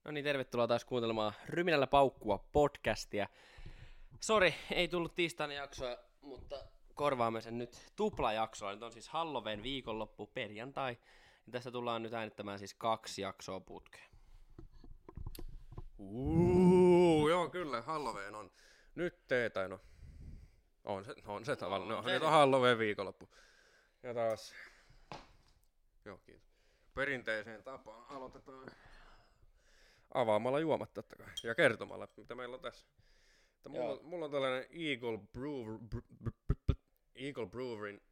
No niin, tervetuloa taas kuuntelemaan Ryminällä paukkua podcastia. Sori, ei tullut tiistaina jaksoa, mutta korvaamme sen nyt tuplajaksoa. Nyt on siis Halloween viikonloppu perjantai. Ja tässä tullaan nyt äänittämään siis 2 jaksoa putkeen. Joo kyllä, Halloween on nyt tai no. On se tavallaan. No, se nyt on Halloween viikonloppu. Ja taas. Joo, kiitos. Perinteiseen tapaan aloitetaan avaamalla juomat totta kai. Ja kertomalla, mitä meillä on tässä. Mulla on tällainen Eagle Brewerin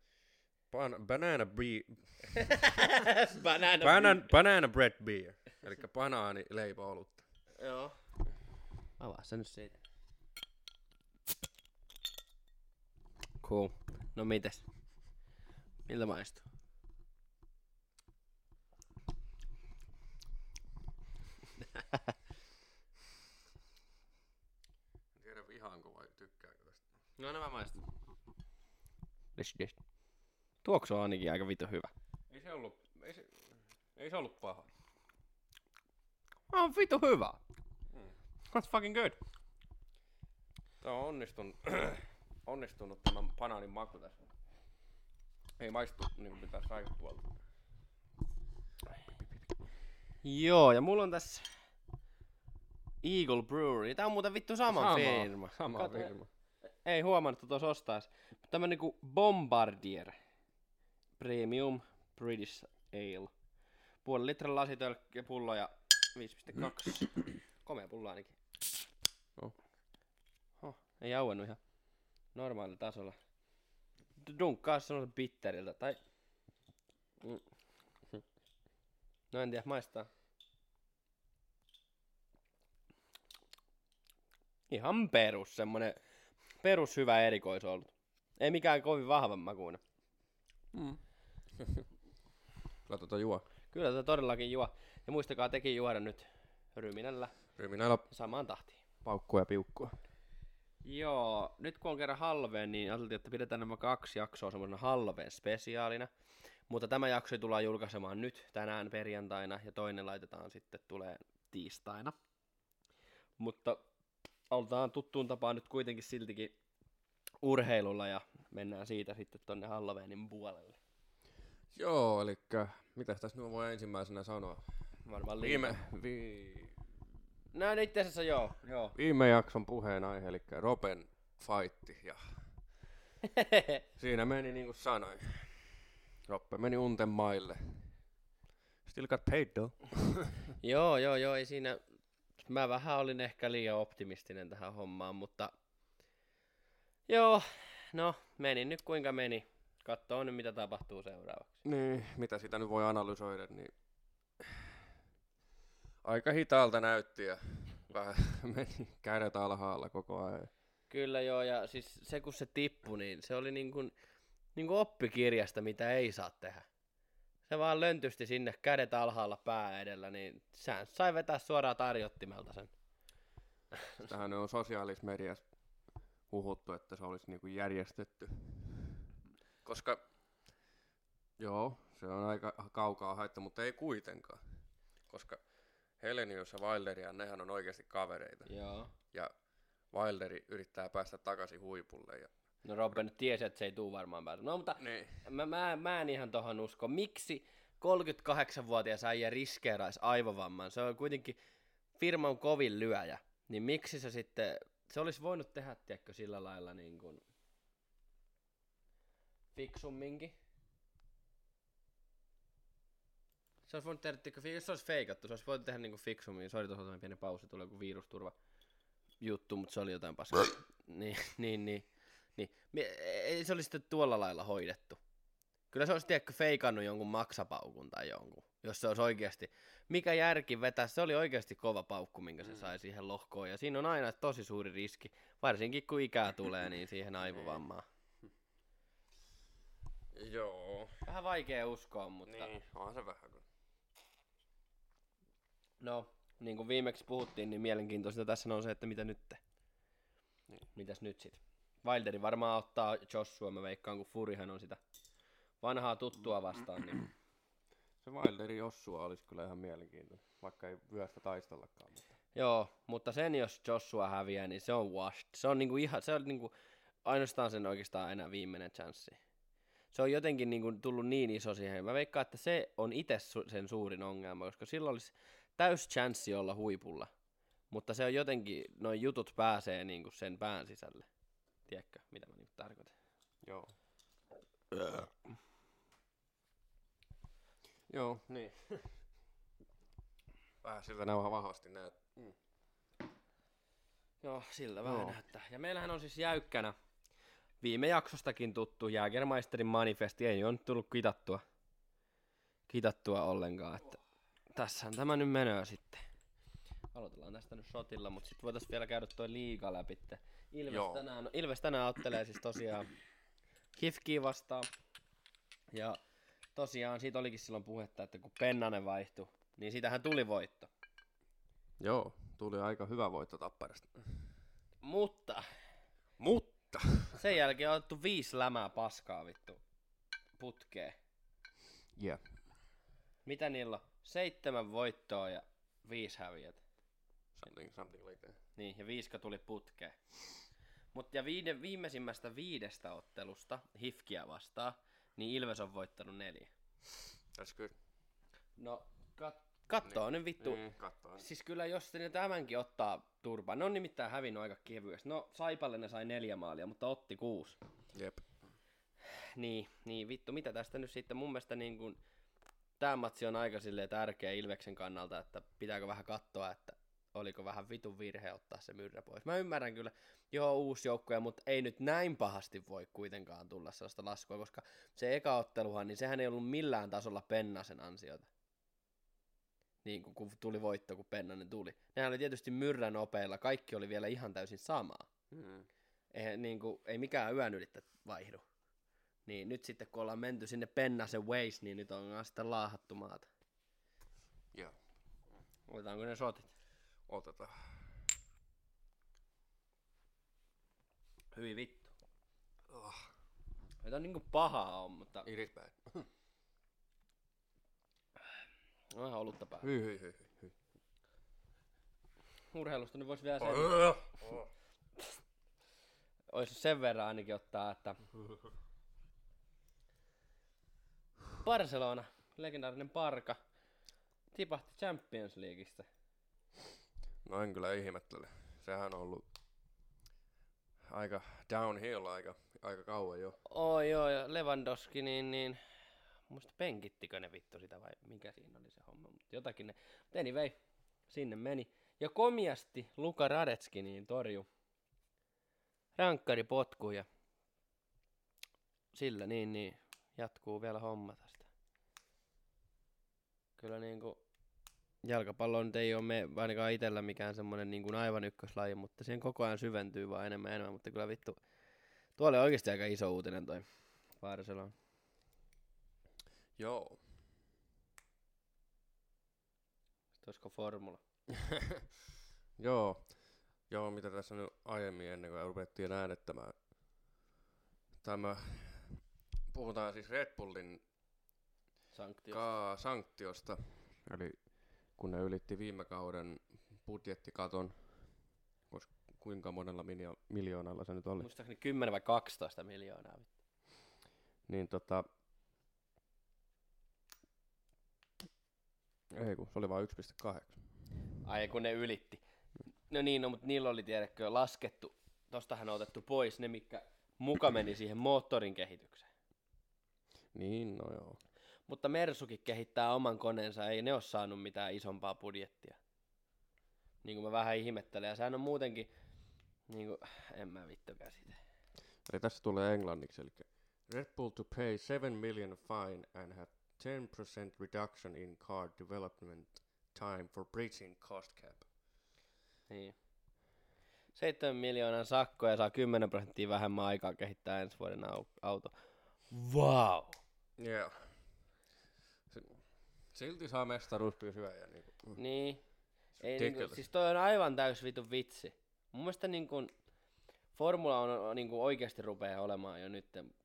banana bread beer. Elikkä banaanileipäolutta. Joo. Avaa se nyt siitä. Cool. No mites? Miltä maistuu? En tiedä vihaanko vai tykkääkö tästä. No nämä maistuu. Tuoksu on ainakin aika vitu hyvä. Ei se ollut paha. On vitu hyvä. That's fucking good. Tää on onnistunut tämä banaanin maku tässä. Ei maistu niin kuin pitäisi tuolta. Joo, ja mulla on tässä Eagle Brewery. Tää on muuten vittu sama firma. Sama firma. Ei huomannut, että tuossa ostaisi. Tämä on niinku Bombardier Premium British Ale. Puolen litran lasitölkkä pullo ja 5,2. Komea pullo ainakin. Ei auennut ihan normaalilla tasolla. Dunkkaa semmoisen bitteriltä, tai... No en tiedä, maistaa. Ihan perus hyvä erikoisolut. Ei mikään kovin vahvan makuinen. Kyllä tuota juo. Kyllä tätä todellakin juo. Ja muistakaa tekin juoda nyt Ryminällä samaan tahtiin. Paukkua ja piukkua. Joo, nyt kun on kerran Halloween, niin ajateltiin, että pidetään nämä 2 jaksoa semmoisena Halloween-spesiaalina. Mutta tämä jakso tullaan julkaisemaan nyt tänään perjantaina ja toinen laitetaan sitten tulee tiistaina. Mutta oltaan tuttuun tapaan nyt kuitenkin siltikin urheilulla ja mennään siitä sitten tonne Halloweenin puolelle. Joo, elikkä mitäs tässä nyt voi ensimmäisenä sanoa? Varmaan No itse asiassa joo. Viime jakson puheenaihe, eli Roben fightti, ja siinä meni niin kuin sanoin. Roppe meni unten maille. Still got paid though. Joo, ei siinä. Mä vähän olin ehkä liian optimistinen tähän hommaan, mutta joo, no meni nyt kuinka meni. Katsoo nyt mitä tapahtuu seuraavaksi. Niin, mitä sitä nyt voi analysoida, niin aika hitaalta näytti ja vähän meni kädet alhaalla koko ajan. Kyllä joo, ja siis se kun se tippui, niin se oli niin kuin oppikirjasta, mitä ei saa tehdä. Se vaan löntysti sinne kädet alhaalla pää edellä, niin sehän sai vetää suoraan tarjottimelta sen. Tähän on sosiaalisessa mediassa huhuttu, että se olisi niin kuin järjestetty. Koska, joo, se on aika kaukaa haittaa, mutta ei kuitenkaan. Koska Helenius ja Wilder, nehän on oikeasti kavereita. Joo. Ja Wilderi yrittää päästä takaisin huipulle. Ja no Robben nyt tiesi, että se ei tuu varmaan päästä. No mutta niin. Mä en ihan tohon usko. Miksi 38-vuotias äijä riskeeraisi aivovamman? Se on kuitenkin firman kovin lyöjä. Niin miksi se sitten, se olisi voinut tehdä, tiedätkö, sillä lailla niin kuin fiksumminkin. Se olisi voinut tehdä, jos se olisi feikattu, se olisi voinut tehdä niin kuin fiksummin. Sori, tuossa on pieni pausi, tulee joku virusturva juttu, mutta se oli jotain paskaa. Niin. Ei se olisi sitten tuolla lailla hoidettu. Kyllä se olisi, tiedätkö, feikannut jonkun maksapaukun tai jonkun, jos se olisi oikeasti. Mikä järki vetää, se oli oikeasti kova paukku, minkä se sai siihen lohkoon. Ja siinä on aina tosi suuri riski, varsinkin kun ikää tulee, niin siihen aivovammaan. joo. Vähän vaikea uskoa, mutta Niin, onhan se vähän. no, niin kuin viimeksi puhuttiin, niin mielenkiintoista tässä on se, että mitä nyt. Niin. Mitäs nyt sit? Wilderi varmaan ottaa Joshua, mä veikkaan, kun Furyhän on sitä vanhaa tuttua vastaan. Niin Se Wilderi Joshua olisi kyllä ihan mielenkiintoinen, vaikka ei vyöstä taistellakaan. Mutta. Joo, mutta sen jos Joshua häviää, niin se on washed. Se on ainoastaan sen oikeastaan enää viimeinen chanssi. Se on jotenkin niinku tullut niin iso siihen. Mä veikkaan, että se on itse sen suurin ongelma, koska silloin olisi täys chanssi olla huipulla. Mutta se on jotenkin, noin jutut pääsee niinku sen pään sisälle. Tiedätkö, mitä mä niinku tarkoitan? Joo. Joo, niin. Vähän siltä nämä vahvasti näet. Joo, siltä vähän näyttää. Ja meillähän on siis jäykkänä viime jaksostakin tuttu Jägermeisterin manifesti. Ei ole nyt tullut kitattua ollenkaan. Että tässähän tämä nyt menee sitten. Aloitellaan tästä nyt shotilla, mutta sitten voitaisiin vielä käydä tuo liiga läpi. Ilves tänään ottelee siis tosiaan HIFK:ää vastaan. Ja tosiaan siitä olikin silloin puhetta, että kun Pennanen vaihtui, niin siitähän tuli voitto. Joo, tuli aika hyvä voitto Tapparasta. Mutta sen jälkeen on otettu 5 lämää paskaa vittu putkeen. Yeah. Mitä niillä on? 7 voittoa ja 5 häviötä. Something like that. Niin, ja 5 tuli putkeen. Ja viimeisimmästä 5 ottelusta HIFK:ää vastaan, niin Ilves on voittanut 4. That's good. No, kattoo nyt vittu. Kattoo. Siis kyllä jos ne tämänkin ottaa turpaan, ne on nimittäin hävinnyt aika kevyesti. No, Saipalle ne sai 4 maalia, mutta otti 6. Jep. Niin vittu, mitä tästä nyt sitten mun mielestä niin kun, tää matsi on aika silleen tärkeä Ilveksen kannalta, että pitääkö vähän katsoa, että oliko vähän vitun virhe ottaa se Myrrä pois. Mä ymmärrän kyllä, joo uusi joukkue, mutta ei nyt näin pahasti voi kuitenkaan tulla sellaista laskua, koska se eka otteluhan, niin sehän ei ollut millään tasolla Pennasen ansiota. Niin kun tuli voitto, kun Pennanen tuli. Nehän oli tietysti Myrrän nopeilla, kaikki oli vielä ihan täysin samaa. Ei mikään yön ylittä vaihdu. Niin nyt sitten kun ollaan menty sinne Pennasen ways, niin nyt on sitten laahattu maata. Joo. Otetaanko ne shotit? Otetaan. Hyvin vittu. Tämä on niinku pahaa on, mutta... It is bad. On ihan olutta päällä. Hyi. Urheilusta nyt vois vielä sen... Ois sen verran ainakin ottaa, että... Barcelona, legendaarinen Barca, tipahti Champions Leagueista. No en kyllä ihmettele. Sehän on ollut aika downhill aika kauan jo. Joo, ja Lewandowski, niin muista penkittikö ne vittu sitä vai mikä siinä oli se homma, mutta jotakin ne. Anyway, sinne meni. Ja komiasti Luka Radetski niin torjui rankkaripotku ja sillä niin jatkuu vielä homma tästä. Kyllä niinku jalkapallo nyt ei ole ainakaan itsellä mikään semmonen niin kuin aivan ykköslaji, mutta siihen koko ajan syventyy vaan enemmän, mutta kyllä vittu, tuolla on oikeasti aika iso uutinen toi Barcelona. Joo. Olisiko formula? Joo, mitä tässä nyt aiemmin ennen kuin ruvettiin äänettämään. Puhutaan siis Red Bullin sanktiosta. Eli kun ne ylitti viime kauden budjettikaton, koska kuinka monella miljoonalla se nyt oli? Muistaakseni 10 vai 12 miljoonaa. Niin ei kun se oli vain 1,8. Ai kun ne ylitti. No niin, no, mutta niillä oli tiedätkö laskettu, tostahan on otettu pois ne, mitkä muka meni siihen moottorin kehitykseen. Niin, no joo. Mutta Mersukin kehittää oman koneensa, ei ne ole saanut mitään isompaa budjettia. Niin kuin mä vähän ihmettelen, ja sehän on muutenkin, niin kuin, en mä vittu käsitä. Eli tässä tulee englanniksi, eli Red Bull to pay 7 million fine and have 10% reduction in car development time for breaching cost cap. Niin. 7 miljoonan sakkoja saa 10% vähemmän aikaa kehittää ensi vuoden auto. Wow! Joo. Silti saa mestaruus pysyä ja niinku. Niin. Ei niinku, siis toi on aivan täys vitun vitsi. Mun mielestä niinku formula on niinku oikeasti rupeaa olemaan jo nyt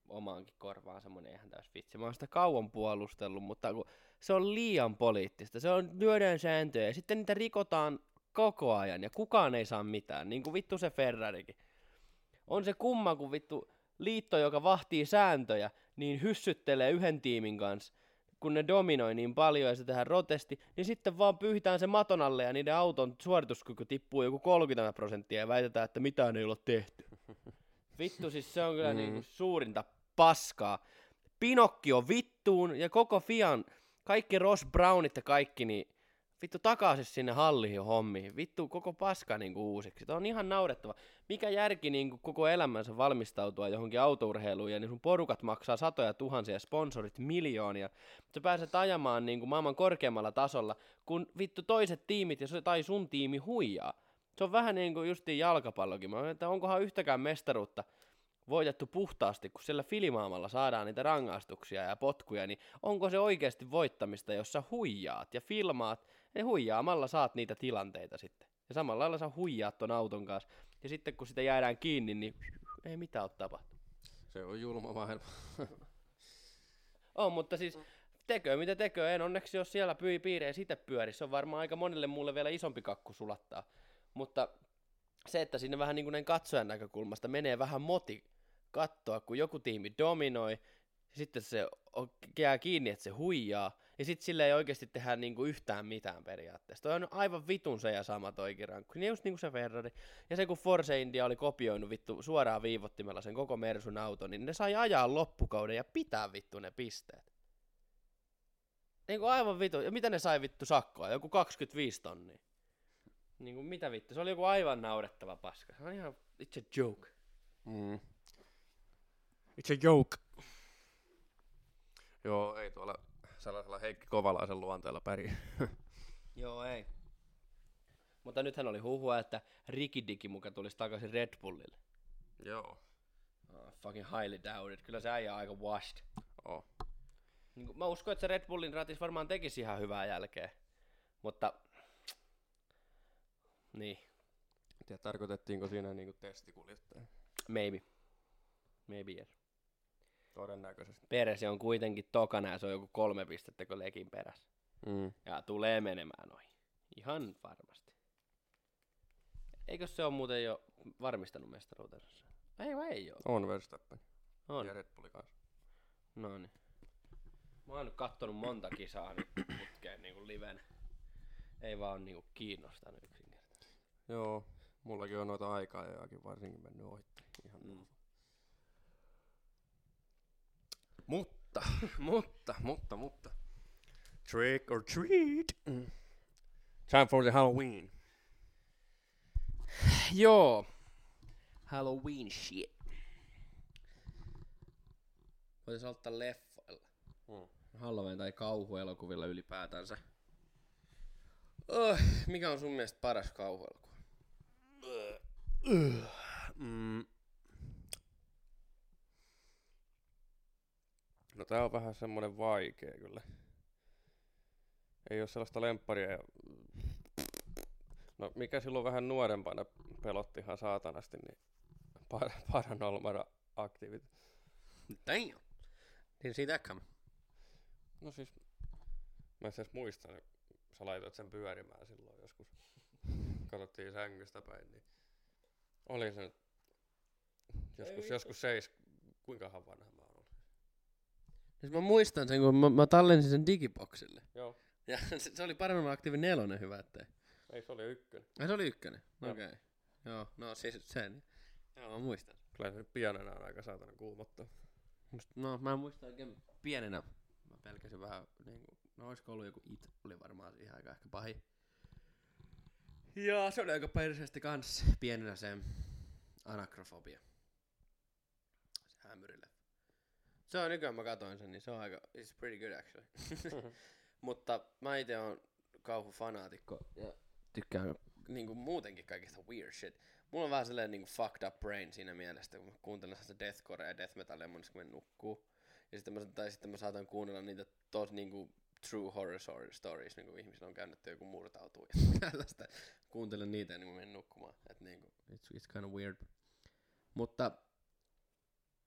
omaankin korvaan semmonen eihän täys vitsi. Mä oon sitä kauan puolustellut, mutta kun se on liian poliittista. Se on lyödään sääntöjä ja sitten niitä rikotaan koko ajan ja kukaan ei saa mitään. Niin kuin vittu se Ferrarikin. On se kumma, kun vittu liitto, joka vahtii sääntöjä, niin hyssyttelee yhden tiimin kanssa, kun ne dominoi niin paljon ja se tehdään protesti, niin sitten vaan pyyhitään se maton alle ja niiden auton suorituskyky tippuu joku 30% ja väitetään, että mitään ei ole tehty. Vittu, siis se on kyllä niinku suurinta paskaa. Pinokkio vittuun ja koko Fian, kaikki Ross Brownit ja kaikki, niin vittu takaisin sinne halliin hommiin. Vittu koko paska niinku uusiksi. Tämä on ihan naurettava. Mikä järki niinku koko elämänsä valmistautua johonkin autourheiluun ja niin sun porukat maksaa satoja tuhansia, sponsorit miljoonia. Sä pääset ajamaan niinku maailman korkeammalla tasolla, kun vittu toiset tiimit tai sun tiimi huijaa. Se on vähän niin kuin justiin jalkapallokin. Mä että onkohan yhtäkään mestaruutta voitettu puhtaasti, kun siellä filimaamalla saadaan niitä rangaistuksia ja potkuja, niin onko se oikeasti voittamista, jos sä huijaat ja filmaat, ja huijaamalla saat niitä tilanteita sitten. Ja samalla lailla sä huijaat ton auton kanssa. Ja sitten kun sitä jäädään kiinni, niin ei mitään ole tapahtunut. Se on julma maailma. On, mutta siis tekö mitä tekö, en onneksi jos siellä piirejä sitten pyöri. Se on varmaan aika monelle mulle vielä isompi kakku sulattaa. Mutta se, että sinne vähän niin kuin näin katsojan näkökulmasta menee vähän moti katsoa, kun joku tiimi dominoi, ja sitten se jää kiinni, että se huijaa, ja sitten sille ei oikeasti tehdä niin kuin yhtään mitään periaatteessa. Toi on aivan vitun se ja sama toikin rankku. Niin just niin kuin se Ferrari. Ja se kun Force India oli kopioinut vittu suoraan viivottimella sen koko Mersun auton, niin ne sai ajaa loppukauden ja pitää vittu ne pisteet. Niin kuin aivan vittu. Ja mitä ne sai vittu sakkoa? Joku 25 tonnia. Niin kuin mitä vittu? Se oli joku aivan naurettava paska. Se on ihan, it's a joke. It's a joke. Joo, ei tuolla sellaisella Heikki Kovalaisen luonteella pärjää. Joo, ei. Mutta nythän oli huhua, että Ricky Dicky muka tulisi takaisin Red Bullille. Joo. Fucking highly doubted. Kyllä se äijä on aika washed. Oh. Niin mä uskon, että se Red Bullin ratis varmaan tekisi ihan hyvää jälkeä. Mutta niin. Tiedä, tarkoitettiinko siinä niinku testikuljettaja? Maybe yes. Todennäköisesti. Peresi on kuitenkin tokana ja se on joku 3 pistettä kun Lekin perässä. Ja tulee menemään noin. Ihan varmasti. Eikö se ole muuten jo varmistanut mestaruutensa? Ei oo. On Verstappen. On. Ja Red Bulli kanssa. Noniin. Mä oon nyt kattonut monta kisaa nyt putkeen niinku livenä. Ei vaan niinku kiinnostanut yksinkertaisesti. Joo, mullakin on noita aikaa-ajoakin varsinkin mennyt ohi. Ihan Mutta. Trick or treat. Time for the Halloween. Joo. Halloween shit. Voitais aloittaa leffoilla. Halloween tai kauhuelokuvilla ylipäätänsä. Mikä on sun mielestä paras kauhuelokuva? No tää on vähän semmonen vaikee kyllä. Ei oo sellaista lempparia. No mikä silloin vähän nuorempana pelotti ihan saatanasti, niin Paranormal Activity. Damn. Didn't see that come. No siis, mä en edes muista, sä laitoit sen pyörimään silloin joskus. Katsottiin sängystä päin, niin oli se nyt joskus kuinkahan vanha mä oon ollut. Siis mä muistan sen, kun mä tallensin sen digiboksille. Joo. Ja se oli Paranormal Activity 4 hyvä, ettei. Ei, se oli 1. Ai se oli 1? Okei. Joo. Joo, no siis sen. Joo, mä muistan. Kyllä se nyt pienenä on aika saatana kuumottaa. No mä en muista oikein pienenä. Mä pelkäsin vähän niinku, no oisko ollut joku It, oli varmaan siihen aika ehkä pahin. Ja se oli aika perseesti kans pienenä se anakrofobia. Se hämyrille. Se on nykyään mä katoin sen, niin se on aika, it's pretty good actually. Mutta mä ite oon kauhufanaatikko ja tykkään niinku muutenkin kaikista weird shit. Mulla on vähän sellainen niinku fucked up brain siinä mielessä, kun mä kuuntelen sitä deathcore ja death metalia monesti kun mä nukkuu. Ja sitten mä saatan kuunnella niitä niinku true horror stories, niinku ihmisillä on käynyt joku murtautuu ja tällaista. Kuuntelen niitä niin mä menen nukkumaan. Et niinku, it's kind of weird. Mutta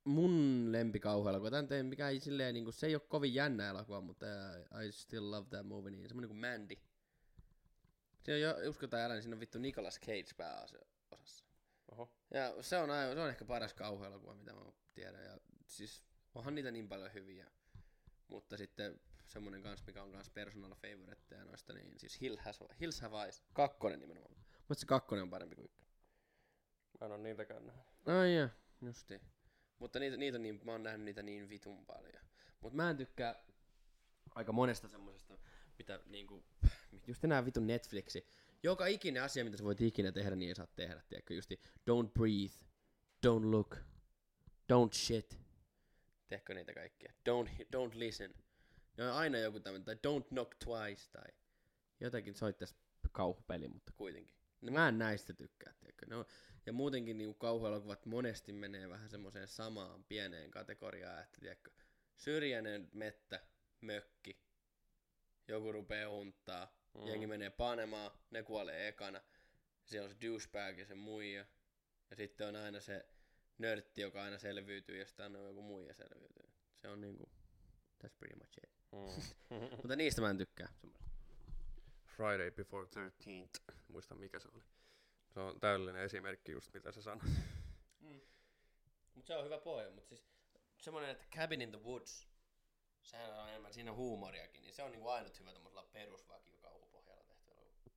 mun lempikauhuelokuva, tän tein mikä ei silleen niinku, se ei oo kovin jännä elokuva, mutta I still love that movie, niin semmonen kuin Mandy. Siinä on uskotaan älä, niin siinä on vittu Nicolas Cage pääosassa. Oho. Ja se on ehkä paras kauhuelokuva, mitä mä tiedän. Ja siis onhan niitä niin paljon hyviä. Mutta sitten semmonen kans, mikä on kans personal favorite noista, niin siis Hills Have Eyes. 2 nimenomaan. Mutta se 2 on parempi kuin 1. Mä en oo niitäkään nähnyt. Ai jaa, justiin. Mutta niitä niin, mä oon nähnyt niitä niin vitun paljon. Mut mä en tykkää aika monesta semmosesta, mitä niinku, just enää vitun Netflixi. Joka ikinen asia, mitä sä voit ikinä tehdä, niin ei saa tehdä, tiedätkö? Justi don't breathe, don't look, don't shit. Tiedätkö niitä kaikkia? Don't listen. Ne on aina joku tämmönen, tai don't knock twice, tai jotakin soittais kauhupeli, mutta kuitenkin. No mä en näistä tykkää, tiedätkö? No, ja muutenkin niinku kauhuelokuvat monesti menee vähän semmoiseen samaan pieneen kategoriaan, että tiedätkö, syrjäinen mettä, mökki, joku rupee hunttaa, jengi menee panemaan, ne kuolee ekana, siellä on se douchebag ja se muija, ja sitten on aina se nörtti, joka aina selviytyy, ja sitten on joku muija selviytyy. Se on niinku, that's pretty much it. Mutta niistä mä en tykkää. Friday Before 13th, muista mikä se oli. Se on täydellinen esimerkki just mitä sä sanoit. Mut se on hyvä pohja, mut siis semmonen, että Cabin in the Woods, sehän on enemmän siinä huumoriakin, niin se on niinku ainut hyvä tommosella perusvakio-kauhupohjalla tehty elokuva.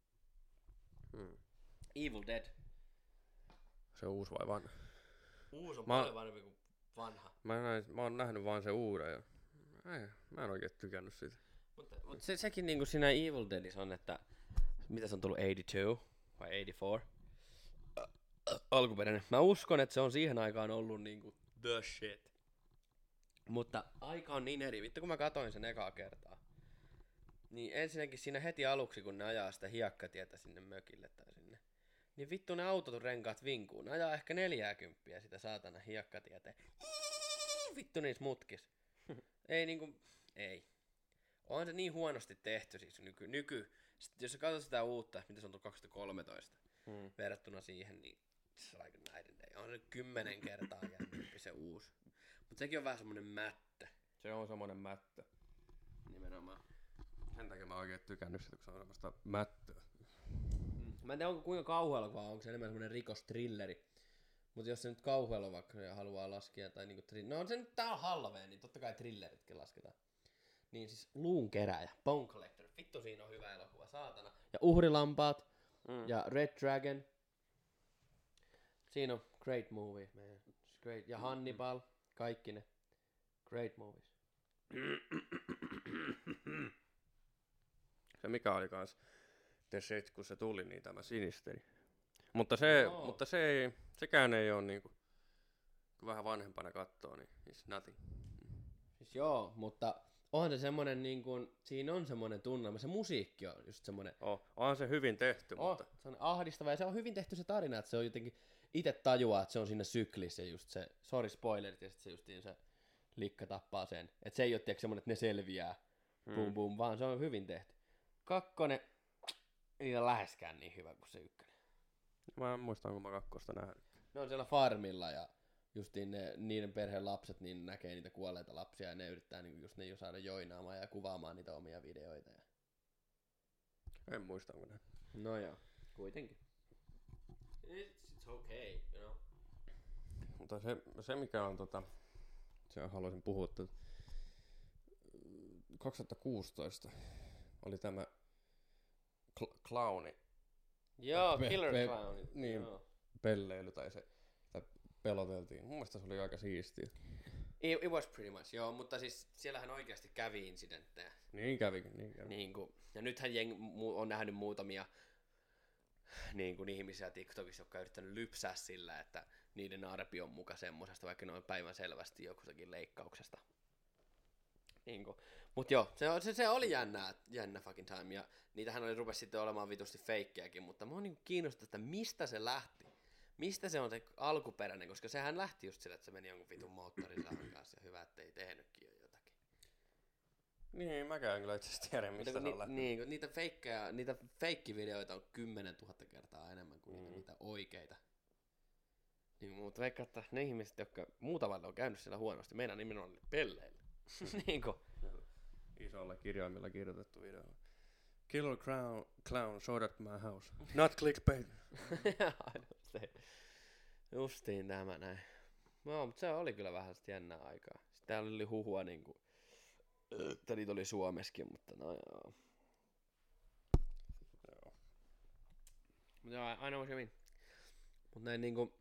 Evil Dead. Se on uusi vai vanha? Uusi on paljon vanhempi kuin vanha. Mä oon nähnyt vaan se uuden ja mä en oikein tykännyt siitä. Mutta sekin niinku siinä Evil Deadissä on, että mitä se on tullut 82 vai 84? Alkuperäinen. Mä uskon, että se on siihen aikaan ollut niinku the shit. Mutta aika on niin eri. Vittu kun mä katoin sen ekaa kertaa. Niin ensinnäkin siinä heti aluksi, kun ne ajaa sitä hiekkatietä sinne mökille tai sinne. Niin vittu ne autorenkaat vinkuu. Ne ajaa ehkä 40 sitä saatana hiekkatietä. Vittu niissä mutkis. Ei niinku, ei. On se niin huonosti tehty siis jos sä katsot sitä uutta, mitä se on tullut 2013 verrattuna siihen, niin se on aika näiden day. On se 10 kertaa jännämpi se uusi. Mut sekin on vähän semmonen mättö. Se on semmonen mättö. Nimenomaan. Sen takia mä oikein tykännyt sitä, kun se on semmoista mättöä. Mä en tiedä onko kuinka kauhuelokuva, onko se enemmän semmonen rikostrilleri. Mut jos se nyt kauhuelokuva haluaa laskea tai niinku no se nyt tää on Halloween, niin totta kai thrilleritkin lasketaan. Niin siis Luun kerääjä, Bone Collector, vittu siinä on hyvä elokuva, saatana. Ja Uhrilampaat ja Red Dragon. Siinä on great movie, man. Great. Ja Hannibal, kaikki ne. Great movies. Se mikä oli kans The Shit, kun se tuli, niin tämä Sinisteri. Mutta sekään ei oo niinku, kun vähän vanhempana kattoo, niin it's nothing. Siis joo, mutta onhan se semmonen niinkun, siinä on semmonen tunnelma, se musiikki on just semmonen. Onhan se hyvin tehty, mutta Se on ahdistava ja se on hyvin tehty se tarina, että se on jotenkin, ite tajuaa, että se on siinä syklissä just se, sorry spoilerit, ja sit se justiin se likka tappaa sen. Että se ei oo tiedätkö semmonen, että ne selviää, boom boom, vaan se on hyvin tehty. 2 ei ole läheskään niin hyvä kuin se 1. mä en muista, onko mä 2 nähnyt. Ne on siellä farmilla ja justiin niiden perheen lapset niin näkee niitä kuolleita lapsia ja ne yrittää niin just ne jo saada joinaamaan ja kuvaamaan niitä omia videoita. Ja... En muista, onko nähnyt. No joo, kuitenkin. It's okay, you know. Mutta se mikä on se haluaisin puhua, että 2016 oli tämä clowni. Joo, Killer Clown. Niin, joo. pelleily tai se, sitä peloteltiin. Mun mielestä se oli aika siistiä. It was pretty much, joo, mutta siis siellähän oikeasti kävi incidenttejä. Niin kävikin. Ja nythän on nähnyt muutamia niin kuin ihmisiä TikTokissa, jotka on yrittänyt lypsää sillä, että niiden arpi on muka semmosesta, vaikka ne on päivän selvästi jokustakin leikkauksesta. Niin kuin. Mut joo, se oli jännä fucking time, ja niitähän rupesi sitten olemaan vitusti feikkejäkin, mutta mua niin kiinnostaa, että mistä se lähti. Mistä se on se alkuperäinen, koska sehän lähti just sillä, että se meni jonkun vitun moottorisahan kanssa, ja hyvä, ettei tehnytkin jo jotakin. Niin, mäkään kyllä itse asiassa tiedä, mistä se on lähtenyt. Niin, niitä feikkivideoita on 10 000 kertaa enemmän kuin niitä oikeita. Niin, mutta vaikka että ne ihmiset, jotka muuta tavalla on käynyt siellä huonosti, meidän nimenomaan oli pelleillä. Niinku. Isolla kirjaimilla kirjoitettu video. Killer clown showed at my house. Not clickbait. Justiin tämä näin. No, mutta se oli kyllä vähän sitä jännää aikaa. Sitten täällä oli huhua niinku, että niitä oli Suomessakin, mutta no joo. Joo, aina on hyvin. Mut näin niinku...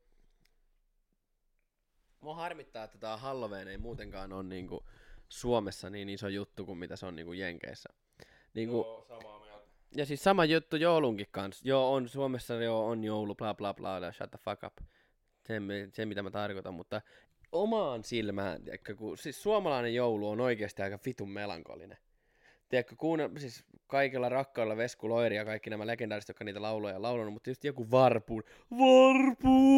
Mua harmittaa, että tää Halloween ei muutenkaan ole niinku Suomessa niin iso juttu kuin mitä se on niinku Jenkeissä. Niinku, Joo, samaa mieltä. ja siis sama juttu joulunkin kanssa. Joo, on Suomessa on joulu, bla bla bla, shut the fuck up. Se mitä mä tarkoitan, mutta omaan silmään, tiedätkö, kun siis suomalainen joulu on oikeasti aika vitun melankolinen. Tiedätkö, siis kaikilla rakkailla Vesku Loiri ja kaikki nämä legendaariset, jotka niitä lauloja on laulanut, mutta just joku Varpuuden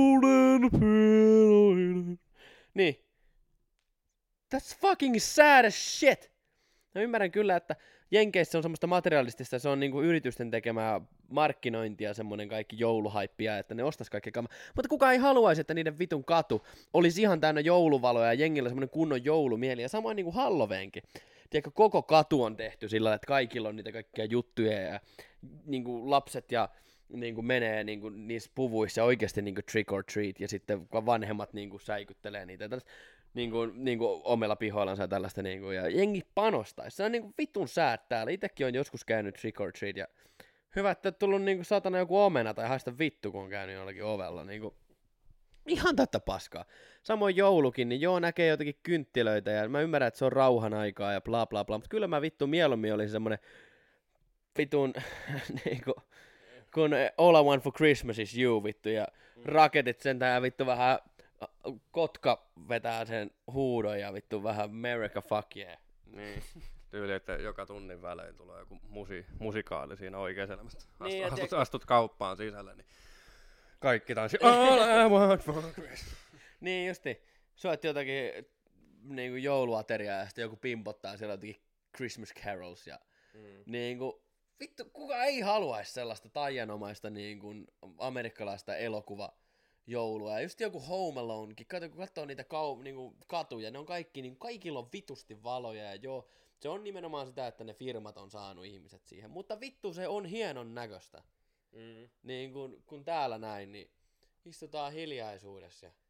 peloinen. Niin. That's fucking sad as shit. Mä ymmärrän kyllä, että Jenkeissä on semmoista materialistista, se on niinku yritysten tekemää markkinointia, semmonen kaikki jouluhaippia, että ne ostais kaikki kamaa. Mutta kukaan ei haluaisi, että niiden vitun katu olisi ihan täynnä jouluvaloja ja jengillä semmonen kunnon joulumieli. Ja samoin niinku Halloweenkin. Tiedätkö, koko katu on tehty sillä lailla, että kaikilla on niitä kaikkia juttuja ja niinku lapset ja niinku menee niinku niissä puvuissa oikeasti niinku trick or treat ja sitten vanhemmat niinku säikyttelee niitä. Niinku omilla pihoillansa ja tällaista niinku, ja jengi panostaisi. Se on niinku vitun säät täällä. Itekin on joskus käynyt trick or treat ja hyvä, että on tullut niinku satana joku omena tai haista vittu, kun on käynyt jollakin ovella. Niinku. Ihan tätä paskaa. Samoin joulukin, niin joo näkee jotakin kynttilöitä ja mä ymmärrän, että se on rauhan aikaa ja bla bla bla, mutta kyllä mä vittu mieluummin olisin semmonen vitun niinku, kun all I want for Christmas is you vittu ja raketit sentään ja vittu vähän kotka vetää sen huudon ja vittu vähän America fuck yeah. Niin. Tyyli, että joka tunnin välein tulee joku musikaali siinä oikeassa elämästä. Niin, Astut kauppaan sisälle, niin kaikki tanssi all I want for Christmas. Niin justi. Syöt jotakin niinku jouluateriaa ja sitten joku pimpottaa siellä jotakin Christmas carols ja niinku vittu kuka ei haluaisi sellaista taianomaista niinku amerikkalaista elokuvajoulua. Ja just joku Home Alonekin, kun katsoo niitä niinku katuja, ne on kaikki, niinku kaikilla on vitusti valoja ja joo, se on nimenomaan sitä, että ne firmat on saanut ihmiset siihen, mutta vittu se on hienon näköistä. Niin kun täällä näin, niin istutaan hiljaisuudessa ja...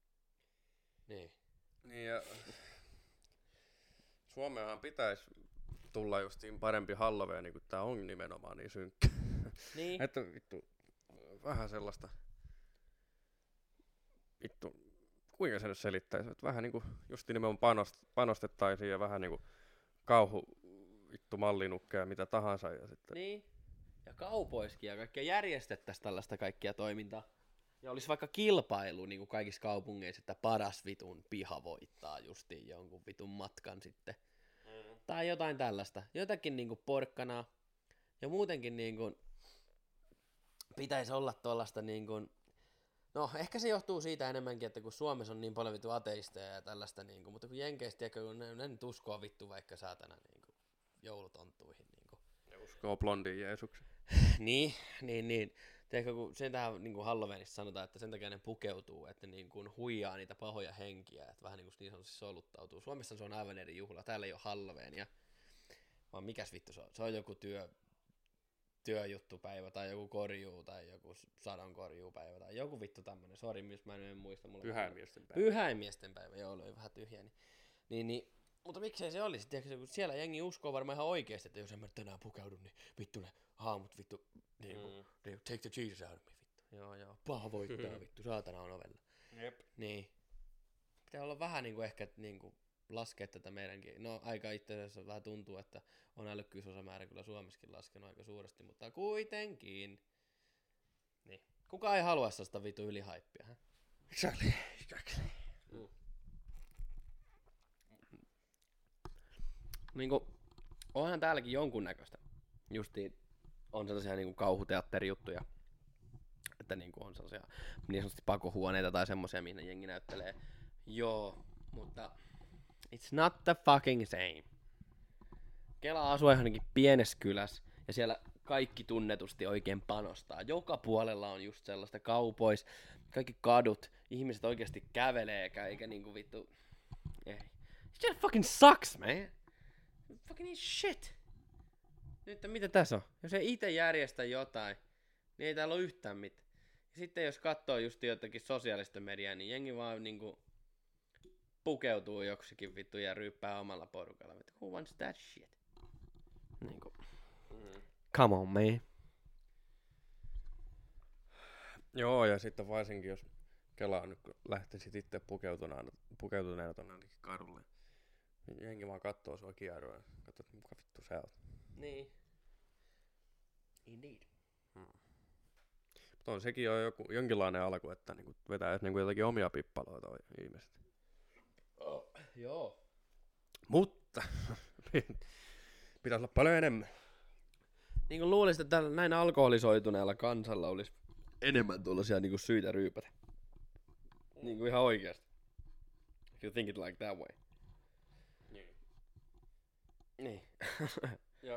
Niin ja... Suomeenhan pitäisi tulla justiin parempi Halloween, kun tää on nimenomaan niin synkkä. Niin. Että vittu, vähän sellaista... Vittu, kuinka se nyt selittäisi, että vähän niinku justiin nimenomaan panostettaisiin ja vähän niinku kauhu vittu mallinukkeja mitä tahansa ja sitten... Niin. Ja kaupoiskin ja kaikkea järjestettäisiin tällaista kaikkia toimintaa. Ja olisi vaikka kilpailu niin kuin kaikissa kaupungeissa, että paras vitun piha voittaa justiin jonkun vitun matkan sitten. Tai jotain tällaista. Jotakin niin kuin porkkanaa. Ja muutenkin niin kuin pitäisi olla tuollaista niin kuin... No, ehkä se johtuu siitä enemmänkin, että kun Suomessa on niin paljon vittu ateisteja ja tällaista, niin kuin, mutta kun Jenkeistä, kun ne nyt uskoo vittu vaikka saatana niin kuin joulutonttuihin. Niin kuin. Ne uskoo blondiin Jeesuksen. niin. Tiedätkö, kun sen tähän niin kuin Halloweenissa sanotaan, että sen takia ne pukeutuu, että ne niin kuin huijaa niitä pahoja henkiä, että vähän niin kuin niin sanotusti soluttautuu. Suomessa se on aivan eri juhla, täällä ei ole Halloweenia, vaan mikäs vittu se on? Se on joku työjuttupäivä tai joku korjuu tai joku sadonkorjuupäivä tai joku vittu tämmönen. Sori, myös mä en muista. Pyhäinmiesten päivä. Pyhäinmiesten päivä, joo, oli vähän tyhjä. Niin, mutta miksei se olisi? Tiedätkö, kun siellä jengi uskoo varmaan ihan oikeesti, että jos en mä tänään pukeudu, niin vittu ne haamut vittu, take the Jesus out of me, vittu. Joo, paha voittaa vittu, saatana on ovella. Jep. Niin. Pitää olla vähän niinku ehkä niinku laskea tätä meidänkin. No aika itse asiassa vähän tuntuu, että on älykkyysosamäärä kyllä Suomessakin laskenut aika suuresti, mutta kuitenkin. Niin. Kuka ei halua sellaista vitu ylihaippia, hä? Exactly. Niinku, onhan täälläkin jonkunnäköistä. Justiin on sellaisia niinku kauhuteatterijuttuja. Että niinku on sellaisia niin sanotusti pakohuoneita tai semmoisia, mihin jengi näyttelee. Joo, mutta it's not the fucking same. Kela asuu johonkin pienessä kylässä ja siellä kaikki tunnetusti oikein panostaa. Joka puolella on just sellaista kaikki kadut, ihmiset oikeasti kävelee, eikä niinku vittu... Ei. Shit fucking sucks, man! Fucking eat shit! Nyt mitä tässä on? Jos ei ite järjestä jotain, niin ei täällä ole yhtään mitään. Ja sitten jos katsoo just jotakin sosiaalista mediaa, niin jengi vaan niinku pukeutuu joksikin vittu ja ryyppää omalla porukalla. Who wants that shit? Niinku. Come on, man. Joo, ja sitten varsinkin jos kelaa nyt, kun lähtisit itse pukeutuneena tonne ainakin kadulle. Niin jengi vaan kattoo sua kierroon. Katsot, kuka vittu sä oot. Niin. Indeed. Mutta on sekin jo jonkinlainen alku, että niinku vetää niinku jotakin omia pippaloita ihmiset. Oh, joo. Mutta pitäisi olla paljon enemmän. Niin kuin luulisin, että tällä näin alkoholisoituneella kansalla olisi enemmän tuollaisia niinku syitä ryypätä. Niinku ihan oikeasti. If you think it like that way. Niin. Ja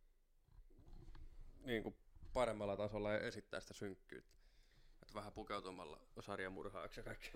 niinku paremmalla tasolla esittää sitä synkkyyttä. Että vähän pukeutumalla sarjamurhaajaksi ja kaikki.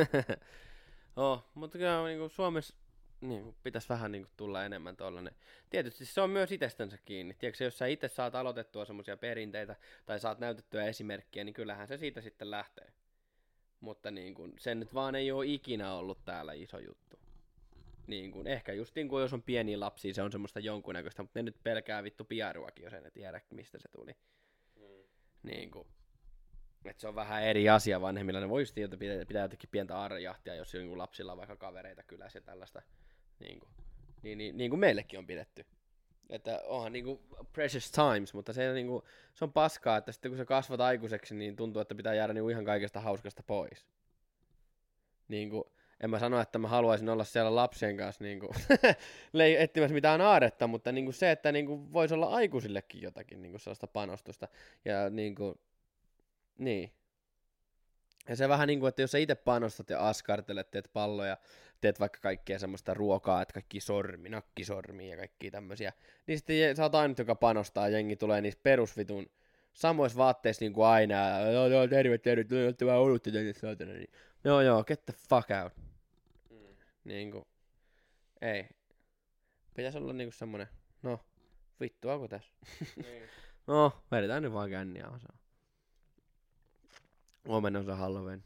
Mutta kyllä niinku Suomessa niinku pitäisi vähän niinku tulla enemmän tollanen. Tietysti se on myös itsestänsä kiinni. Tiedätkö, jos sä itse saat aloitettua semmoisia perinteitä tai saat näytettyä esimerkkiä, niin kyllähän se siitä sitten lähtee. Mutta niinku, se nyt vaan ei ole ikinä ollut täällä iso juttu. Niin kuin, ehkä just niin kuin jos on pieniä lapsia, se on semmoista jonkunnäköistä, mutta ne nyt pelkää vittu piaruakin, jos ei ne tiedä, mistä se tuli. Niin kuin, että se on vähän eri asia vanhemmilla. Ne voi just pitää jotenkin pientä arjahtia, jos niin kuin lapsilla on vaikka kavereita kylässä ja tällaista. Niin kuin meillekin on pidetty. Että onhan niin kuin precious times, mutta se, niin kuin, se on paskaa, että sitten kun sä kasvat aikuiseksi, niin tuntuu, että pitää jäädä niin kuin ihan kaikesta hauskasta pois. Niin kuin, en mä sano, että mä haluaisin olla siellä lapsien kanssa niinku etsimässä mitään aaretta, mutta niinku se, että niinku voisi olla aikuisillekin jotakin niinku sellaista panostusta. Ja niinku, niin. Ja se vähän niinku, että jos sä itse panostat ja askartelet, teet palloja, teet vaikka kaikkea semmoista ruokaa, että kaikki nakkisormia ja kaikkia tämmösiä, niin sitten sä oot ainut, joka panostaa, jengi tulee niissä perusvitun samoissa vaatteissa niinku aina, ja terve, olette vähän olutta tänne saatana, niin joo, get the fuck out. Niinku, ei. Pitäis olla niinku semmonen, no, vittuako tässä? Niin. No, vedetään nyt vaan känniä osaa. Huomenna on se Halloween.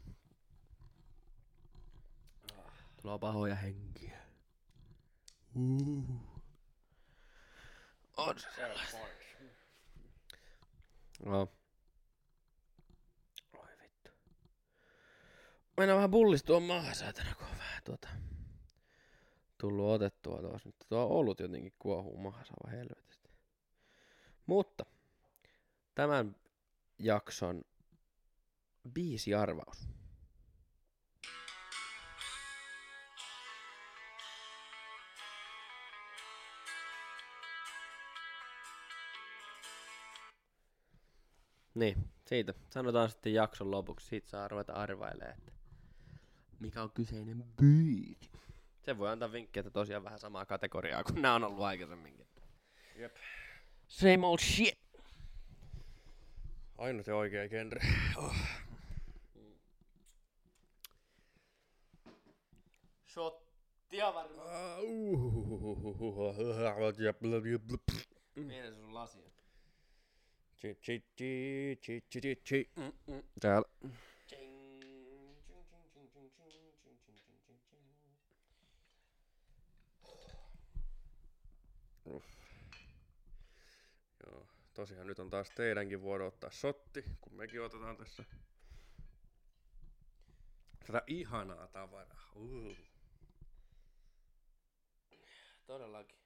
Tulee pahoja henkiä. On se sellaista. No. Oi vittu. Mennään vähän bullistua maahan, saatana, kun on vähän tullut otettua tuossa. Nyt tuo olut jotenkin kuohuu maahan, saa helvetistä. Mutta tämän jakson biisiarvaus. Niin, siitä sanotaan sitten jakson lopuksi. Siitä saa ruveta arvailemaan, että mikä on kyseinen biisi. Se voi antaa vinkkiä, että tosiaan vähän samaa kategoriaa kuin nämä on ollut aikaisemminkin. Jep. Same old shit. Ainut ja oikea genre. Oh. Shottia varmaan. Mihin se sun lasi on? Täällä. Joo, tosiaan nyt on taas teidänkin vuoro ottaa shotti, kun mekin otetaan tässä tätä ihanaa tavaraa. Todellakin.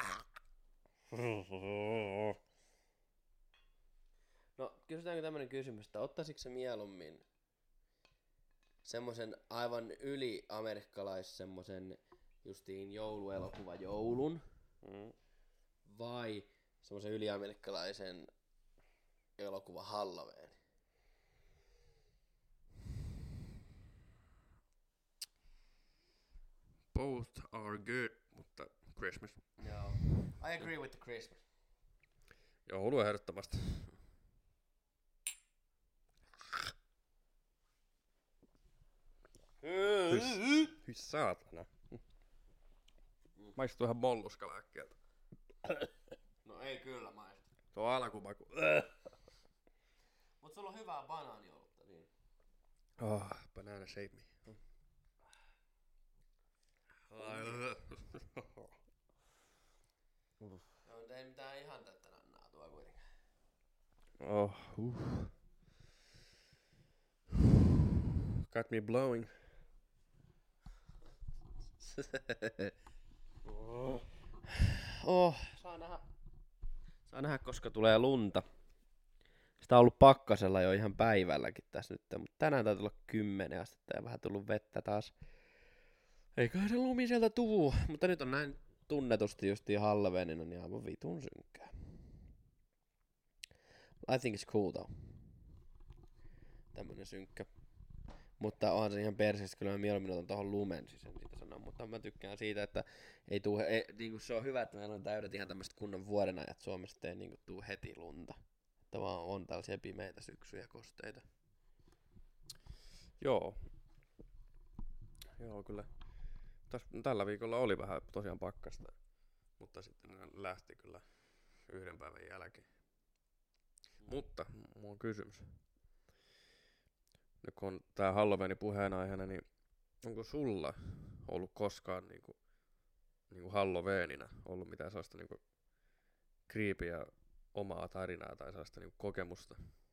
No, kysytäänkö tämmönen kysymys, että ottaisitko se mieluummin semmosen aivan yli-amerikkalais semmosen justiin jouluelokuva Joulun vai semmosen yli-amerikkalaisen elokuva Halloween? Both are good, mutta Christmas. Joo. I agree with the Christmas. Joulu ehdottomasti. Hyi saatana. Maistuu ihan molluskalääkkeeltä. No ei kyllä maistu. Se on alkumaku. Mut sulla on hyvää banaaniolutta, niin. Oh, banana shake me. No ei mitään ihan täyttä nannaa tuo kuitenkaan. Oh, Got me blowing. Saa nähdä koska tulee lunta. Sitä on ollut pakkasella jo ihan päivälläkin tässä nyt, mutta tänään täytyy olla 10 astetta ja vähän tullut vettä taas. Eiköhän se lumi sieltä tuu, mutta nyt on näin tunnetusti justiin Halloweenina niin aivan vitun synkkää. I think it's cool though. Tämmönen synkkä. Mutta onhan se ihan perseestä, kyllä mä mieluummin otan tohon lumen, siis en siitä sanoa, mutta mä tykkään siitä, että ei tuu, niinku se on hyvä, että meillä on täydet ihan tämmöiset kunnon vuodenajat Suomesta, ei niinku tuu heti lunta. Että vaan on tällaisia pimeitä syksyjä kosteita. Joo. Joo, kyllä. Tällä viikolla oli vähän tosiaan pakkasta, mutta sitten ne lähti kyllä 1 päivän jälkeen. Mutta mulla on kysymys. Nyt kun on tää Halloween puheenaiheena, niin onko sulla ollut koskaan niinku Halloweenina ollut mitään sellaista niinku creepyä omaa tarinaa tai sellaista niinku kokemusta?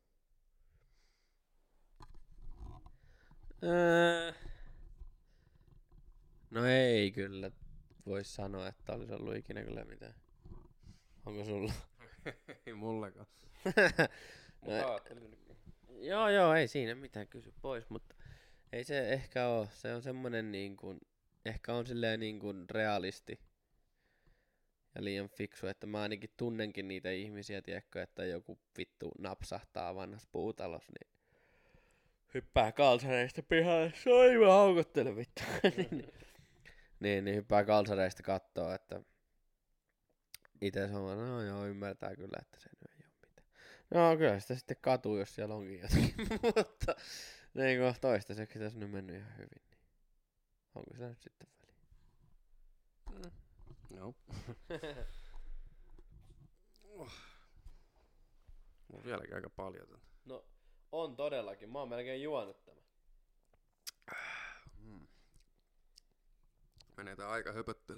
No ei kyllä vois sanoa, että olisi ollut ikinä kyllä mitään. Onko sulla? Ei mullekaan. Joo, ei siinä mitään, kysy pois, mutta ei se ehkä oo. Se on semmonen niinkun, ehkä on silleen niinkun realisti ja liian fiksu, että mä ainakin tunnenkin niitä ihmisiä, tiedätkö, että joku vittu napsahtaa vanhassa puutalossa, niin hyppää kalsareista pihalle, soiva haukottele vittu. niin hyppää kalsareista kattoo, että ite se on, no joo, ymmärtää kyllä, että se nyt ei oo mitään. No kyllä sitä sitten katuu, jos siellä onkin jotakin, mutta niin kuin toistaiseksi tässä nyt mennyt ihan hyvin, niin onko sillä nyt sitten väliä? No. Mulla on vieläkin aika paljon tätä. No on todellakin, mä oon melkein juonut tämän. Menee tää aika höpöttely.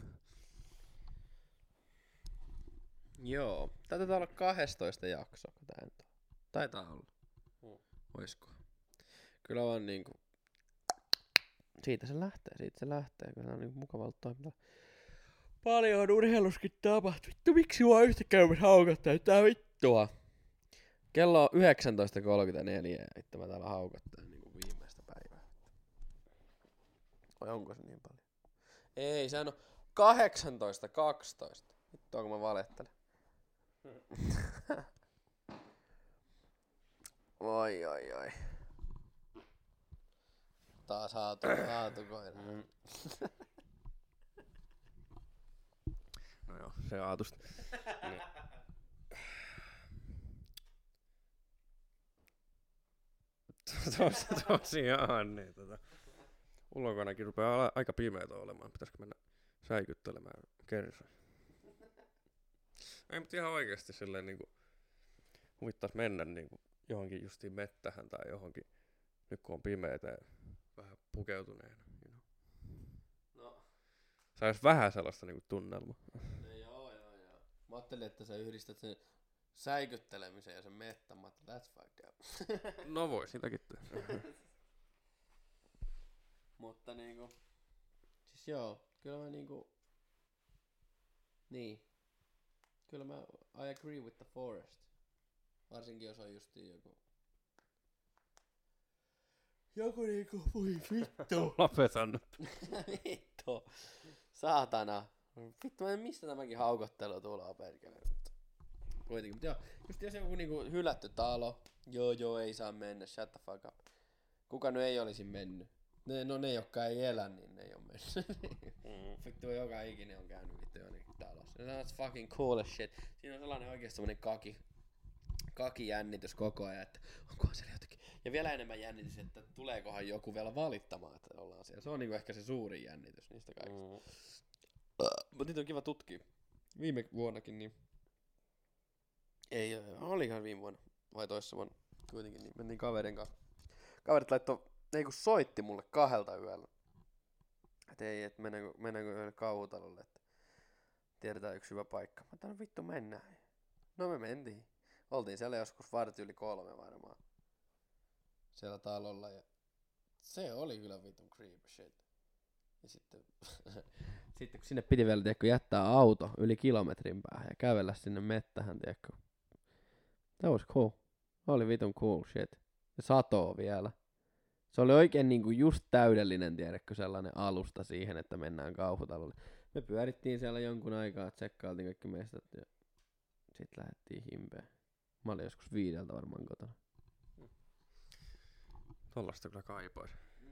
Joo, taitaa olla 12 jaksoa, kun tää nyt on. Taitaa olla. Oisko? Kyllä vaan niinku... Siitä se lähtee. Kyllä on niinku mukava ollut toimintaa. Paljon urheiluskin tapahtuu. Vittu, miksi mua yhtäkään haukottaa tää vittua? Kello on 19.34 ja vittu mä täällä haukottelen niinku viimeistä päivää. Vai onko se niin paljon? Ei, sehän on 18.12. Vittua kun mä valehtelen. Oi. Taas haatu koira. No joo, se aatusta. Tosiaan, niin ulkonakin rupeaa aika pimeätä olemaan. Pitäisikö mennä säikyttelemään kerran? Ei, mutta ihan oikeesti silleen niinku huvittais mennä niinku johonkin justiin mettähän tai johonkin, nyt kun on pimeetä ja vähän pukeutuneena. You know. No. Sais vähän sellaista niinku tunnelmaa. No joo. Mä ajattelin, että sä yhdistät sen säikyttelemisen ja sen mettän. Mä ajattelin, that's fucked up. No voi sitäkin tehdä. Mutta niinku, siis joo, kyllä mä niinku, niin. Kyllä mä, I agree with the forest. Varsinkin jos on justiin joku niinku, voi vittu. Lopetan nyt. Vittu. Saatana. Vittu, mistä tämäkin haukottelu tulee perkele. Kuitenkin, mutta joo, just jos joku niinku hylätty talo, joo, ei saa mennä, shut the fuck up. Kuka nyt ei olisi mennyt? Ne jotka ei elä, niin ne ei oo mennyt. Vittu, joka ikinen on käynyt vittu jonnekin talossa. That's fucking cool as shit. Siinä on sellainen oikeesti semmonen kakijännitys koko ajan, että onkohan siellä Ja vielä enemmän jännitys, että tuleekohan joku vielä valittamaan, että ollaan siellä. Se on niinku ehkä se suurin jännitys niistä kaikista. Mutta niitä on kiva tutkia. Viime vuonnakin niin... Ei, olihan viime vuonna vai toissa vuonna kuitenkin, niin mentiin kaverin kanssa. Kaverit soitti mulle 2 yöllä. Että ei, että mennäänkö yhdelle kauhutalolle, että tiedetään yksi hyvä paikka. Mä oon vittu mennään. No me mentiin. Oltiin siellä joskus 2:45 varmaan. Siellä talolla ja se oli kyllä vitun creepy shit. Ja sitten, sitten kun sinne piti vielä jättää auto yli kilometrin päähän ja kävellä sinne mettähän, tiedätkö. That was cool. Oli vitun cool shit. Ja satoo vielä. Se oli oikein niinku just täydellinen, tiedätkö, sellainen alusta siihen, että mennään kauhutalolle. Me pyörittiin siellä jonkun aikaa, tsekkailtiin kaikki mestat ja sit lähdettiin himpeen. Mä olin joskus 5 varmaan kotona. Tollasta kyllä kaipois.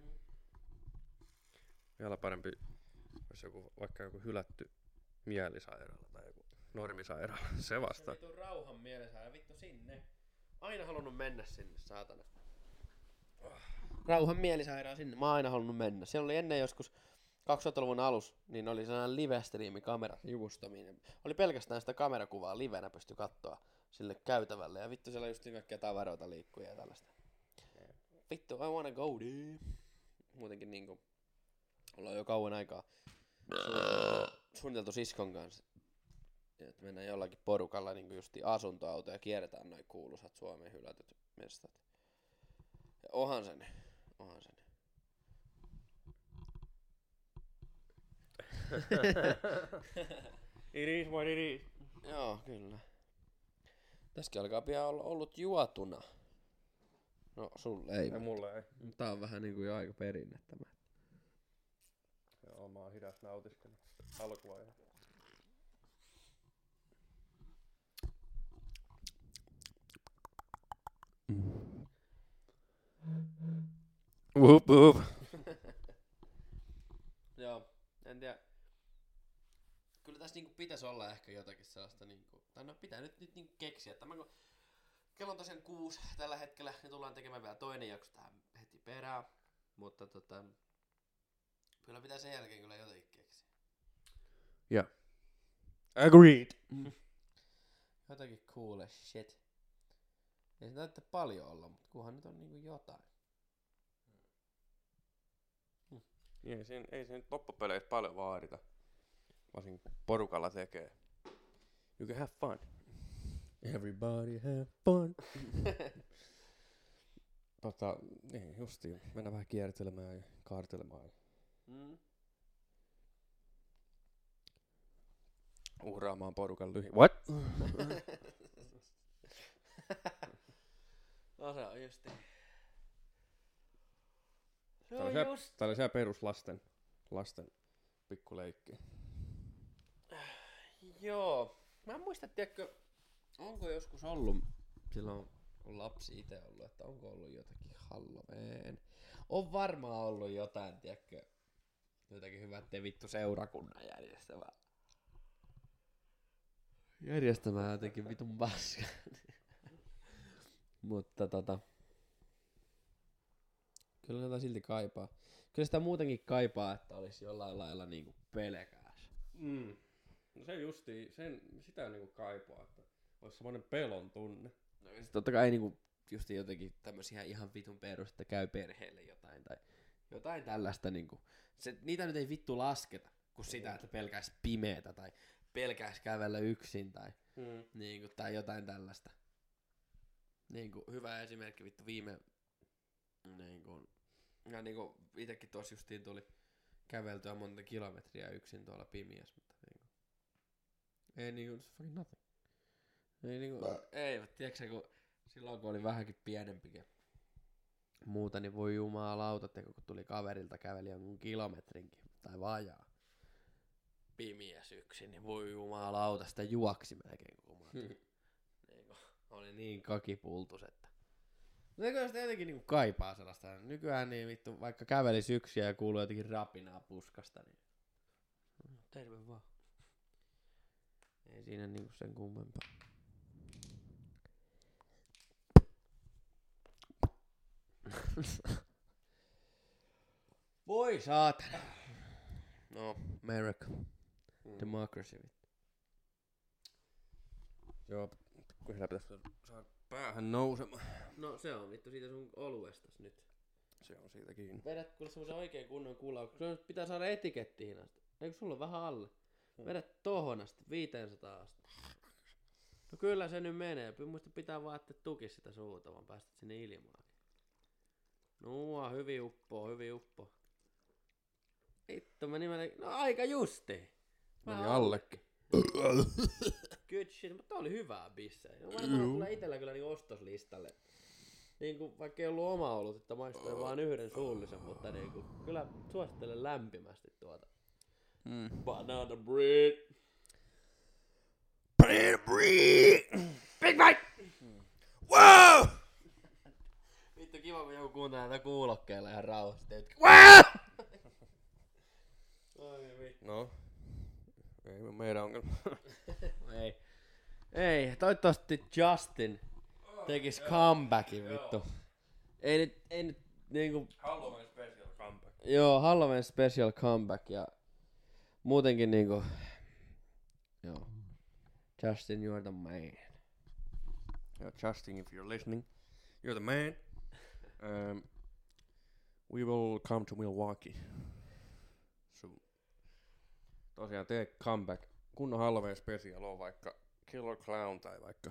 Vielä parempi, jos vaikka joku hylätty mielisairaala tai joku normisairaala. Se vastaa. Se vitun rauhan mielisairaala, vittu sinne. Aina halunnut mennä sinne, saatana. Rauhan mielisairaala sinne, mä oon aina halunnut mennä. Siellä oli ennen joskus 2000-luvun alus, niin oli sellainen live-striimi kamera sivustaminen. Oli pelkästään sitä kamerakuvaa livenä pystyi katsoa sille käytävälle. Ja vittu siellä just kaikkia tavaroita liikkuu ja tällaista. Vittu, I wanna go there. Muutenkin niinku ollaan jo kauan aikaa suunniteltu siskon kanssa. Että mennään jollakin porukalla niinku justi asuntoauto ja kierretään noin kuuluisat Suomen hylätyt mestat. Ja onhan sen. It is what it is. Joo, kyllä. Tässäkin alkaa pian olla ollut juotuna. No, sulle ei. Ja mulle ei. Tää on vähän niinku jo aika perinne tämä. Joo, mä oon hidas nautiskellut alkuvaiheessa. Wup wup. Joo, en tiedä. Kyllä tässä niinku pitäisi olla ehkä jotakin sellaista niinku, tai no pitää nyt niinku keksiä. Kello on tosiaan 6 tällä hetkellä, niin tullaan tekemään vielä toinen jakso tähän heti perään. Mutta kyllä pitää sen jälkeen kyllä jotakin keksiä. Yeah. Agreed. Jotakin cool as shit. Ei se näyttää paljon olla, mutta kunhan nyt on niinku jotain. Ei se nyt loppupeleissä paljon vaadita. Varsinkin porukalla tekee. You can have fun. Everybody have fun. Niin justiin. Mennään vähän kiertelemään ja kaartelemaan. Uhraamaan porukan lyhin. What? No se on justi. Tää oli siellä peruslasten pikkuleikki. Joo. Mä en muista, tiedätkö, onko joskus ollut, silloin kun lapsi itse ollut, että onko ollut jotakin Halloween. On varmaan ollut jotain, tiedätkö, jotakin hyvät vittu seurakunnan järjestämään jotenkin vitun paskaa. Mutta kyllä sitä silti kaipaa. Kyllä sitä muutenkin kaipaa, että olisi jollain lailla niinku pelkääs. No se justiin, sitä niinku kaipaa, että olisi semmoinen pelon tunne. No ja totta kai niinku justiin jotenkin tämmösiä ihan vitun perus, että käy perheelle jotain tai jotain tällaista niinku. Niitä nyt ei vittu lasketa, kun sitä, että pelkäis pimeetä tai pelkäis kävellä yksin tai niinku, tai jotain tällaista. Niinku hyvä esimerkki vittu viime niinku, ja niinku itekin tuossa justiin tuli käveltyä monta kilometriä yksin tuolla pimiäs, mutta niinku ei niinku, it's fucking nothing. Ei niinku, ei, tiiäksä kun silloin kun oli vähänkin pienempikin muuta, niin voi jumalauta, kun tuli kaverilta käveli jonkun kilometrinkin tai vajaa pimiäs yksin, niin voi jumalauta, sitä juoksi melkein koko matka. Niinku, oli niin kakipultus, että no eikö sitä jotenkin niinku kaipaa sellaista. Nykyään niin vittu, vaikka kävelis yksin ja kuuluu jotenkin rapinaa puskasta, niin terve vaan. Ei siinä niinku sen kummempaa. Voi saatana. No, America. Democracy. Joo, kun sillä pitäisi saada päähän nousemaan. No se on vittu siitä sun oluestas nyt. Se on siitä kiinni. Vedät kuule semmosen oikein kunnon kulauksen. Sun pitää saada etikettiin asti. Eikö sulla on vähän alle? Vedät tohon asti, 500 asti. No kyllä se nyt menee. Muista pitää vaan, että tukis sitä suuta, vaan päästät sinne ilmaan. No, hyvin uppoo, hyvin uppoo. Vittu, meni no aika justi. Meni allekin. Good shit, mutta oli hyvää bissejä. No varmaan tulee itellä kyllä niin ostoslistalle. Niinku, vaikka ei ollut oma ollut, että maistoi vaan yhden suullisen, mutta niinku, kyllä suosittelen lämpimästi tuota. Banana bread. Banana bread! Big bite! Wow! Vittu kiva, kun joku kuuntelee tätä kuulokkeella ihan rauhasti. Wow! Oi vittu. No, ei meidän ongelma. Ei, toivottavasti Justin tekis comebackin vittu. Ei nyt niinku... Halloween special comeback. Joo, Halloween special comeback ja muutenkin niinku... Joo. Justin, you're the man. Yeah, Justin, if you're listening, you're the man. We will come to Milwaukee. So, tosiaan tee comeback. Kunnon Halloween special on vaikka Killer Clown tai vaikka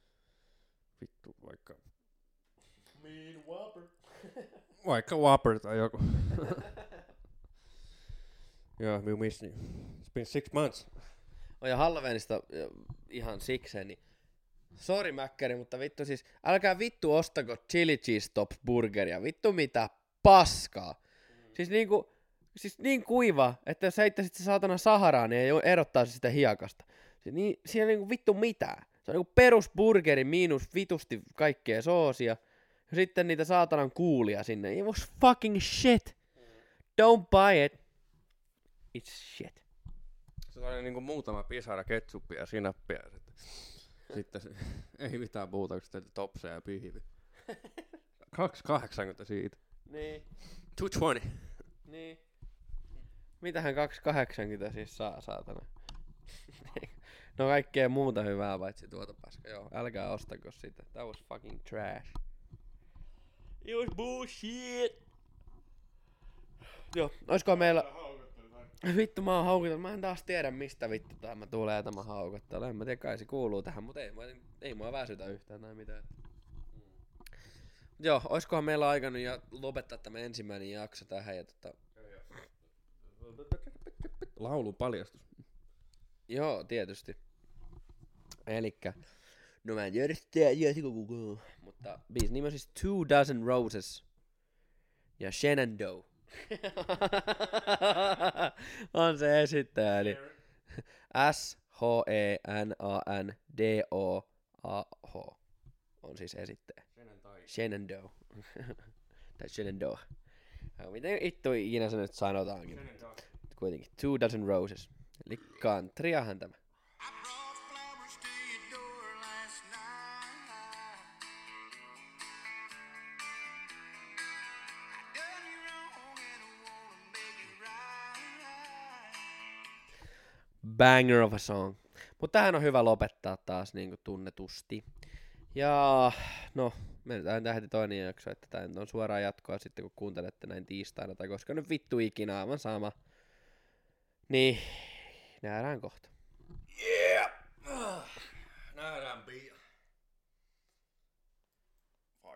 Mean Whopper. Vaikka Whopper tai joku. Yeah, we miss you. It's been 6 months. Ja Halloweenista ihan sikseen, niin sori Mäkkäri, mutta vittu siis, älkää vittu ostako chili cheese tops burgeria, vittu mitä paskaa. Siis niin kuiva, että jos heittäisit se saatana Saharaan, niin ei erottaisi sitä hiekasta. Siinä ei niinku vittu mitään. Se on niinku perusburgeri miinus vitusti kaikkea soosia. Ja sitten niitä saatanan kuulia sinne. It was fucking shit. Don't buy it. It's shit. Se oli niinku muutama pisara ketsuppia ja sinappia. Sitten se, ei mitään muuta kuin sitten topseja ja pihvi. 2,80 siitä. Niin. 220. Niin. Mitähän 2,80 siis saa, saatana? No kaikkea muuta hyvää paitsi tuota paskaa. Joo, älkää ostako sitä. That was fucking trash. It was bullshit. Joo, oisko meillä... Vittu mä oon haukutellut. Mä en taas tiedä mistä vittu tämä tulee tämä haukottelu. En mä tiedä, kai se kuuluu tähän, mutta ei mua väsytä yhtään tai mitään. Joo, oiskohan meillä aika nyt ja lopettaa tämä ensimmäinen jakso tähän ja Laulun paljastus. Joo, tietysti. Elikkä, no mä en tiedä sitä, mutta biisin nimi on siis 2 Dozen Roses ja Shenandoah. On se esittäjä, eli Shenandoah on siis esittäjä. Shenandoah. Tai Shenandoah. Miten ittu ikinä se nyt sanotaankin. Kuitenkin 2 Dozen Roses. Eli countryähän tämä. Banger of a song. Mutta tähän on hyvä lopettaa taas niinku tunnetusti. Ja no, menetään tähän heti toinen jakso, että tää on suoraan jatkoa sitten kun kuuntelette näin tiistaina tai koska nyt vittu ikinä aivan sama. Niin, nähdään kohta. Yeah! Nähdään,